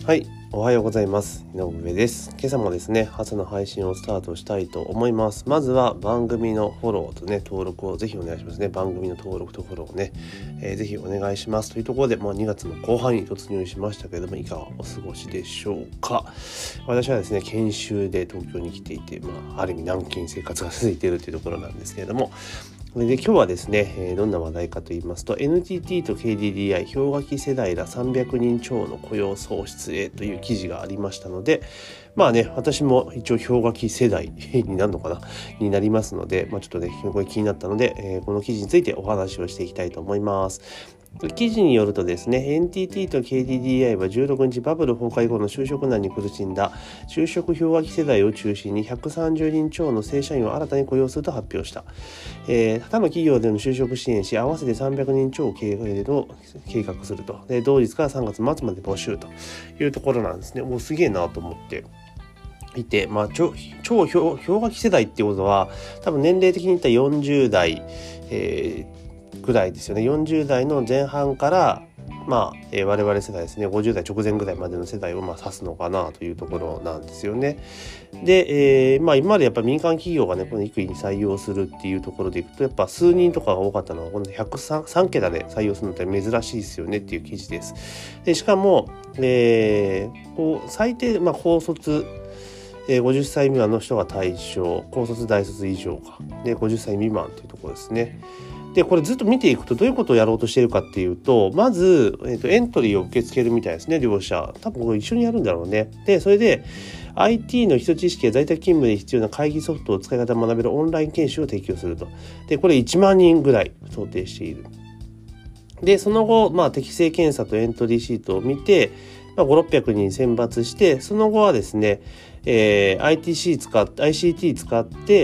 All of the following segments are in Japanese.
はい、おはようございます。井上です。今朝もですね、朝の配信をスタートしたいと思います。まずは番組のフォローとね、登録をぜひお願いしますね。番組の登録とフォローをね、ぜひお願いしますというところで、2月の後半に突入しましたけれども、いかがお過ごしでしょうか。私はですね、研修で東京に来ていて、ある意味軟禁生活が続いているというところなんですけれども、で今日はですね、どんな話題かと言いますと NTT と KDDI 氷河期世代ら300人超の雇用創出へという記事がありましたので、私も一応氷河期世代になるのかなになりますので、ちょっとねこれ気になったので、この記事についてお話をしていきたいと思います。記事によるとですね、NTT と KDDI は16日バブル崩壊後の就職難に苦しんだ就職氷河期世代を中心に130人超の正社員を新たに雇用すると発表した。他の企業での就職支援し、合わせて300人超を計画すると。で、同日から3月末まで募集というところなんですね。もうすげえなと思っていて、超氷河期世代っていうことは、多分年齢的に言ったら40代、ぐらいですよね。40代の前半から我々世代ですね、50代直前ぐらいまでの世代を指すのかなというところなんですよね。で、今までやっぱり民間企業がね、この育児に採用するっていうところでいくと、やっぱ数人とかが多かったのは、この103桁で採用するのって珍しいですよねっていう記事です。で、しかも、最低、高卒、50歳未満の人が対象、高卒大卒以上か。で、50歳未満というところですね。で、これずっと見ていくとどういうことをやろうとしているかっていうと、まず、エントリーを受け付けるみたいですね、両者。多分これ一緒にやるんだろうね。で、それで IT の基礎知識や在宅勤務で必要な会議ソフトを使い方を学べるオンライン研修を提供すると。で、これ1万人ぐらい想定している。で、その後、適正検査とエントリーシートを見て、5、600人選抜して、その後はですね、ICT 使って、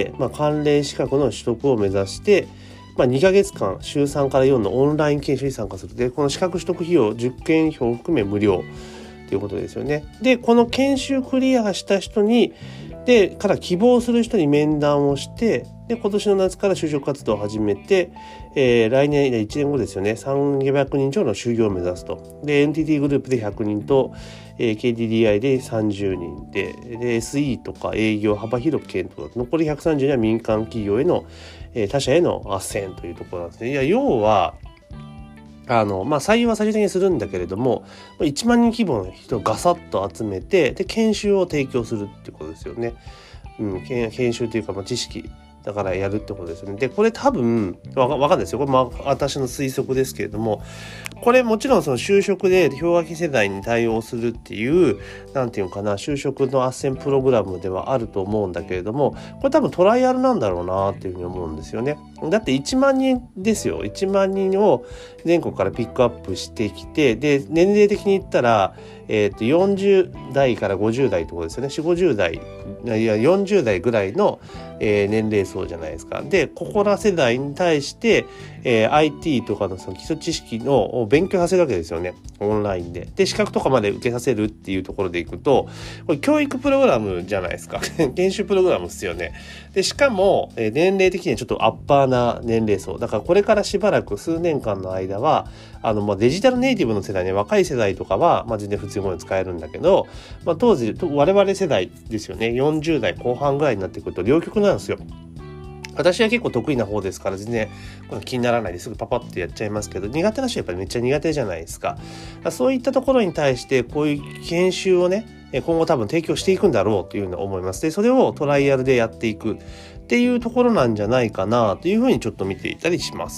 関連資格の取得を目指して、2ヶ月間週3から4のオンライン研修に参加する。で、この資格取得費用、受験費を含め無料ということですよね。で、この研修クリアした人に、から希望する人に面談をして、で、今年の夏から就職活動を始めて、来年1年後ですよね、300人超の就業を目指すと。で、NTT グループで100人と、KDDI で30人で、SE とか営業幅広く検討だと。残り130人は民間企業への、他社への斡旋というところなんですね。要は、採用は最終的にするんだけれども、1万人規模の人をガサッと集めて、で、研修を提供するっていうことですよね。研修というか、知識だからやるってことですよね。で、これ多分、わかんないですよ。これ私の推測ですけれども、これもちろんその就職で氷河期世代に対応するっていう、就職の斡旋プログラムではあると思うんだけれども、これ多分トライアルなんだろうなっていうふうに思うんですよね。だって1万人ですよ。1万人を全国からピックアップしてきて、で、年齢的に言ったら、40代から50代ってことですよね。4、50代、40代ぐらいの、年齢層じゃないですか。で、ここら世代に対して、IT とかのその基礎知識を勉強させるわけですよね。オンラインで。で、資格とかまで受けさせるっていうところでいくと、これ教育プログラムじゃないですか。研修プログラムですよね。で、しかも、年齢的にはちょっとアッパーな年齢層。だからこれからしばらく数年間の間は、デジタルネイティブの世代ね、若い世代とかは、全然普通語で使えるんだけど、当時、我々世代ですよね。40代後半ぐらいになってくると両極なんですよ。私は結構得意な方ですから全然気にならないですぐパパッとやっちゃいますけど、苦手な人はやっぱりめっちゃ苦手じゃないですか。そういったところに対してこういう研修をね、今後多分提供していくんだろうというふうに思います。で、それをトライアルでやっていくっていうところなんじゃないかなというふうにちょっと見ていたりします。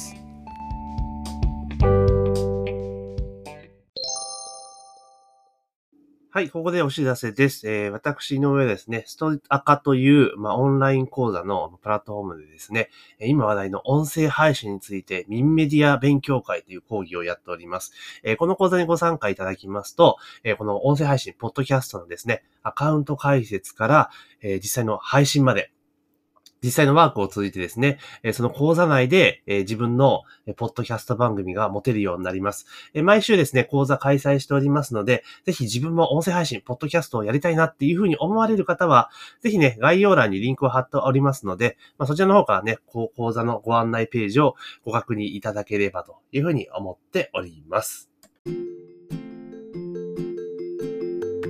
はい、ここでお知らせです。私の上ですね、ストアカという、オンライン講座のプラットフォームでですね、今話題の音声配信について、民メディア勉強会という講義をやっております。この講座にご参加いただきますと、この音声配信、ポッドキャストのですね、アカウント開設から、実際の配信まで、実際のワークを通じてですね、その講座内で自分のポッドキャスト番組が持てるようになります。毎週ですね、講座開催しておりますので、ぜひ自分も音声配信、ポッドキャストをやりたいなっていうふうに思われる方は、ぜひね、概要欄にリンクを貼っておりますので、そちらの方からね、講座のご案内ページをご確認いただければというふうに思っております。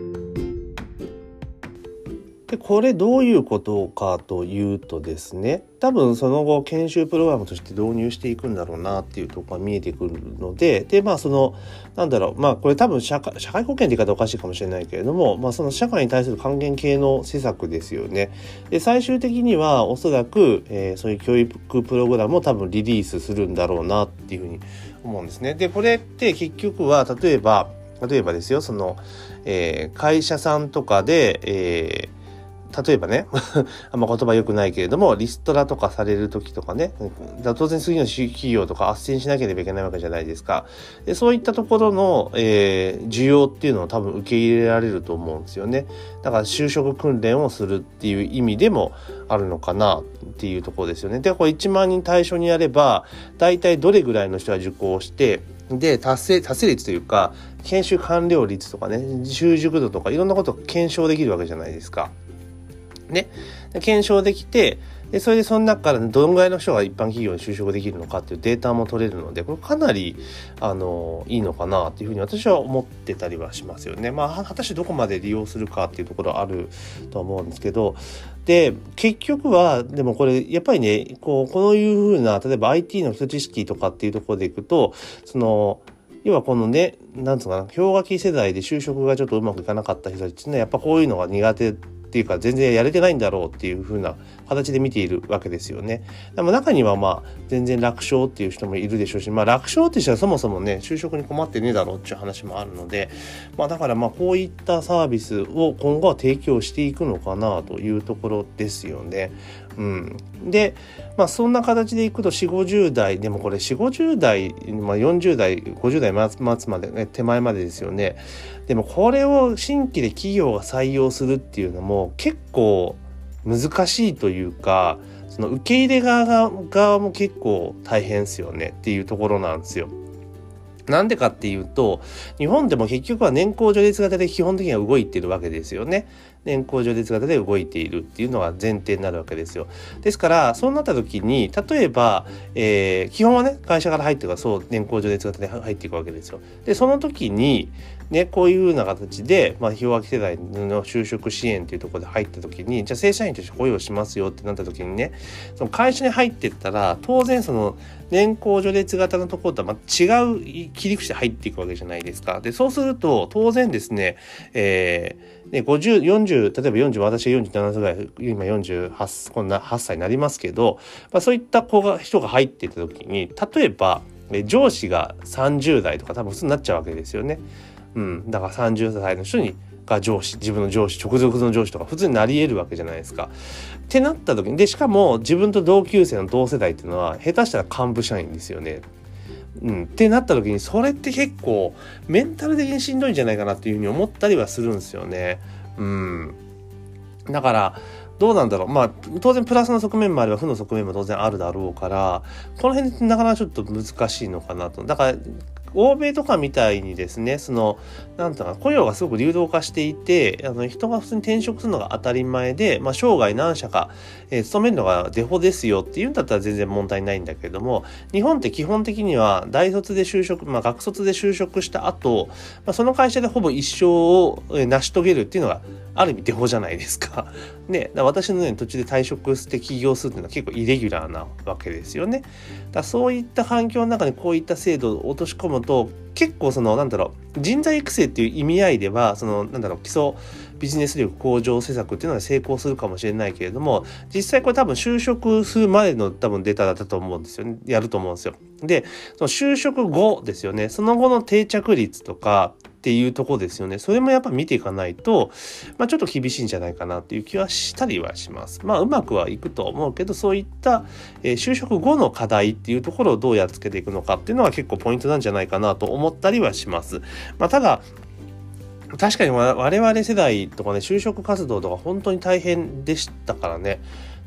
でこれどういうことかというとですね、多分その後研修プログラムとして導入していくんだろうなっていうところが見えてくるので、これ多分社会保険って言い方おかしいかもしれないけれども、その社会に対する還元系の施策ですよね。で最終的にはおそらく、そういう教育プログラムを多分リリースするんだろうなっていうふうに思うんですね。でこれって結局は例えばですよ、その、会社さんとかで、例えばねあんま言葉良くないけれどもリストラとかされる時とかね、当然次の企業とか斡旋しなければいけないわけじゃないですか。でそういったところの、需要っていうのを多分受け入れられると思うんですよね。だから就職訓練をするっていう意味でもあるのかなっていうところですよね。でこれ1万人対象にやれば大体どれぐらいの人が受講してで達成率というか研修完了率とかね、習熟度とかいろんなことを検証できるわけじゃないですか。ね、検証できて、でそれでその中からどのぐらいの人が一般企業に就職できるのかっていうデータも取れるので、これかなりいいのかなっていうふうに私は思ってたりはしますよね。果たしてどこまで利用するかっていうところはあると思うんですけど、で結局はでもこれやっぱりね、こういうふうな例えば IT の基礎知識とかっていうところでいくと、その要はこのね、なんつうかな、氷河期世代で就職がちょっとうまくいかなかった人たちっていうのはやっぱこういうのが苦手っていうか全然やれてないんだろうっていう風な形で見ているわけですよね。でも中には全然楽勝っていう人もいるでしょうし、楽勝って人はそもそもね就職に困ってねえだろうっていう話もあるので、だからこういったサービスを今後は提供していくのかなというところですよね。でそんな形でいくと4、50代でもこれ4、50代、40代50代末まで、ね、手前までですよね。でもこれを新規で企業が採用するっていうのも結構難しいというか、その受け入れ側も結構大変ですよねっていうところなんですよ。なんでかっていうと、日本でも結局は年功序列型で基本的には動いてるわけですよね。年功序列型で動いているっていうのが前提になるわけですよ。ですからそうなった時に例えば、基本はね会社から入ってるからそう年功序列型で入っていくわけですよ。でその時にねこういう風な形で、氷河期世代の就職支援っていうところで入った時に、じゃあ正社員として雇用しますよってなった時にね、その会社に入ってったら当然その年功序列型のところとは違う切り口で入っていくわけじゃないですか。でそうすると当然ですね、50、40、例えば40、私が47歳ぐらい、今48、こんな8歳になりますけど、そういった人が入っていた時に、例えば上司が30代とか多分普通になっちゃうわけですよね。だから30歳の人が自分の上司、直属の上司とか普通になり得るわけじゃないですか。ってなった時に、でしかも自分と同級生の同世代っていうのは下手したら幹部社員ですよね。ってなった時にそれって結構メンタル的にしんどいんじゃないかなっていうふうに思ったりはするんですよね。だからどうなんだろう。当然プラスの側面もあれば負の側面も当然あるだろうから、この辺ってなかなかちょっと難しいのかなと。だから欧米とかみたいにですね、雇用がすごく流動化していて、人が普通に転職するのが当たり前で、生涯何社か、勤めるのがデフォですよっていうんだったら全然問題ないんだけれども、日本って基本的には大卒で就職、学卒で就職した後、その会社でほぼ一生を成し遂げるっていうのがある意味デフォじゃないですか。ね、私の途中で退職して起業するっていうのは結構イレギュラーなわけですよね。そういった環境の中にこういった制度を落とし込むと、結構人材育成っていう意味合いでは基礎ビジネス力向上施策っていうのは成功するかもしれないけれども、実際これ多分就職するまでの多分データだったと思うんですよね。やると思うんですよ。でその就職後ですよね、その後の定着率とかっていうところですよね。それもやっぱ見ていかないと、ちょっと厳しいんじゃないかなっていう気はしたりはします。うまくはいくと思うけど、そういった、就職後の課題っていうところをどうやっつけていくのかっていうのは結構ポイントなんじゃないかなと思ったりはします。ただ確かに我々世代とかね、就職活動とか本当に大変でしたからね。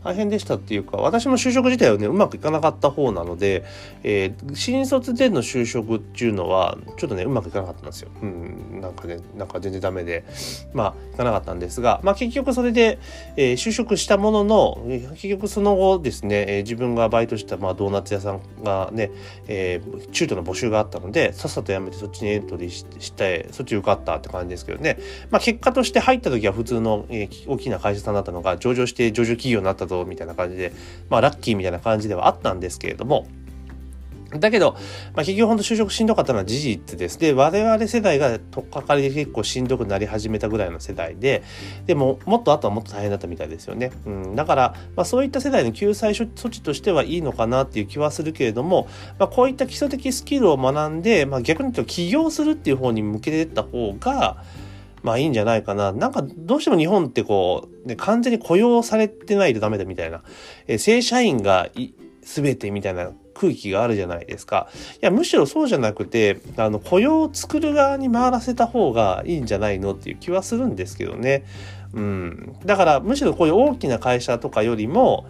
大変でしたっていうか、私も就職自体はねうまくいかなかった方なので、新卒での就職っていうのはちょっとねうまくいかなかったんですよ。なんか全然ダメでいかなかったんですが、結局それで、就職したものの、結局その後ですね、自分がバイトした、ドーナツ屋さんがね、中途の募集があったので、さっさと辞めてそっちにエントリーしてそっち受かったって感じですけどね。結果として入った時は普通の、大きな会社さんだったのが上場して上場企業になったぞみたいな感じで、ラッキーみたいな感じではあったんですけれども、だけど、結局本当就職しんどかったのは事実です。で、我々世代がとっかかりで結構しんどくなり始めたぐらいの世代で、でももっとあとはもっと大変だったみたいですよね。だから、そういった世代の救済措置としてはいいのかなっていう気はするけれども、こういった基礎的スキルを学んで、逆に言うと起業するっていう方に向けていった方が、いいんじゃないかな。なんかどうしても日本って完全に雇用されてないとダメだみたいな、正社員が全てみたいな空気があるじゃないですか。いや、むしろそうじゃなくて、雇用を作る側に回らせた方がいいんじゃないのっていう気はするんですけどね。だからむしろこういう大きな会社とかよりも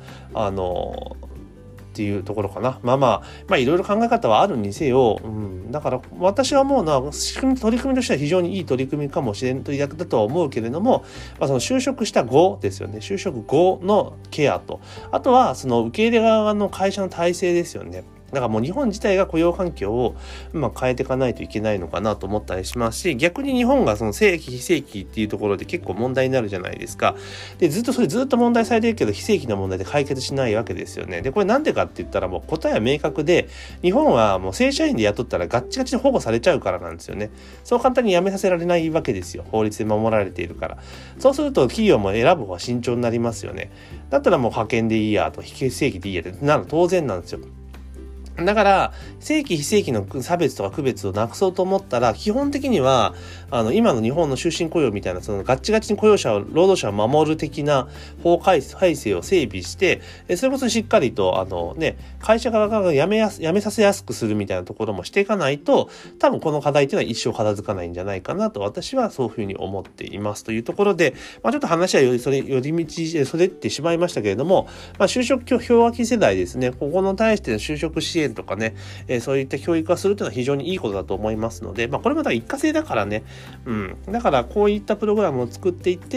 っていうところかな。いろいろ考え方はあるにせよ、だから私は思うのは取り組みとしては非常にいい取り組みかもしれんというだとは思うけれども、その就職した後ですよね。就職後のケアと、あとはその受け入れ側の会社の体制ですよね。だからもう日本自体が雇用環境を変えていかないといけないのかなと思ったりしますし、逆に日本がその正規非正規っていうところで結構問題になるじゃないですか。で、ずっと問題されてるけど非正規な問題で解決しないわけですよね。で、これなんでかって言ったらもう答えは明確で、日本はもう正社員で雇ったらガッチガチで保護されちゃうからなんですよね。そう簡単に辞めさせられないわけですよ。法律で守られているから。そうすると企業も選ぶ方は慎重になりますよね。だったらもう派遣でいいやと、非正規でいいやってなる当然なんですよ。だから正規非正規の差別とか区別をなくそうと思ったら、基本的には今の日本の終身雇用みたいなそのガッチガチに労働者を守る的な法改正を整備して、それこそしっかりと会社側が辞めさせやすくするみたいなところもしていかないと、多分この課題っていうのは一生片付かないんじゃないかなと私はそういうふうに思っていますというところで、ちょっと話は寄り道それってしまいましたけれども、就職氷河期世代ですね、ここの対しての就職支援とかね、そういった教育をするというのは非常にいいことだと思いますので、これまた一過性だからね、だからこういったプログラムを作っていって、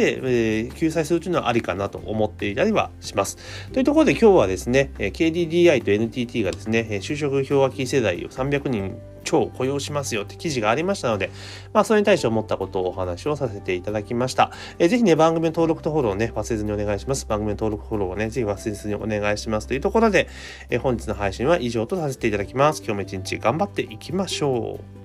救済するというのはありかなと思っていたりはします。というところで今日はですね、KDDI と NTT がですね、就職氷河期世代を300人超雇用しますよって記事がありましたので、それに対して思ったことをお話をさせていただきました。ぜひね、番組の登録とフォローをね、忘れずにお願いします。番組の登録フォローをね、ぜひ忘れずにお願いしますというところで、本日の配信は以上とさせていただきます。今日も一日頑張っていきましょう。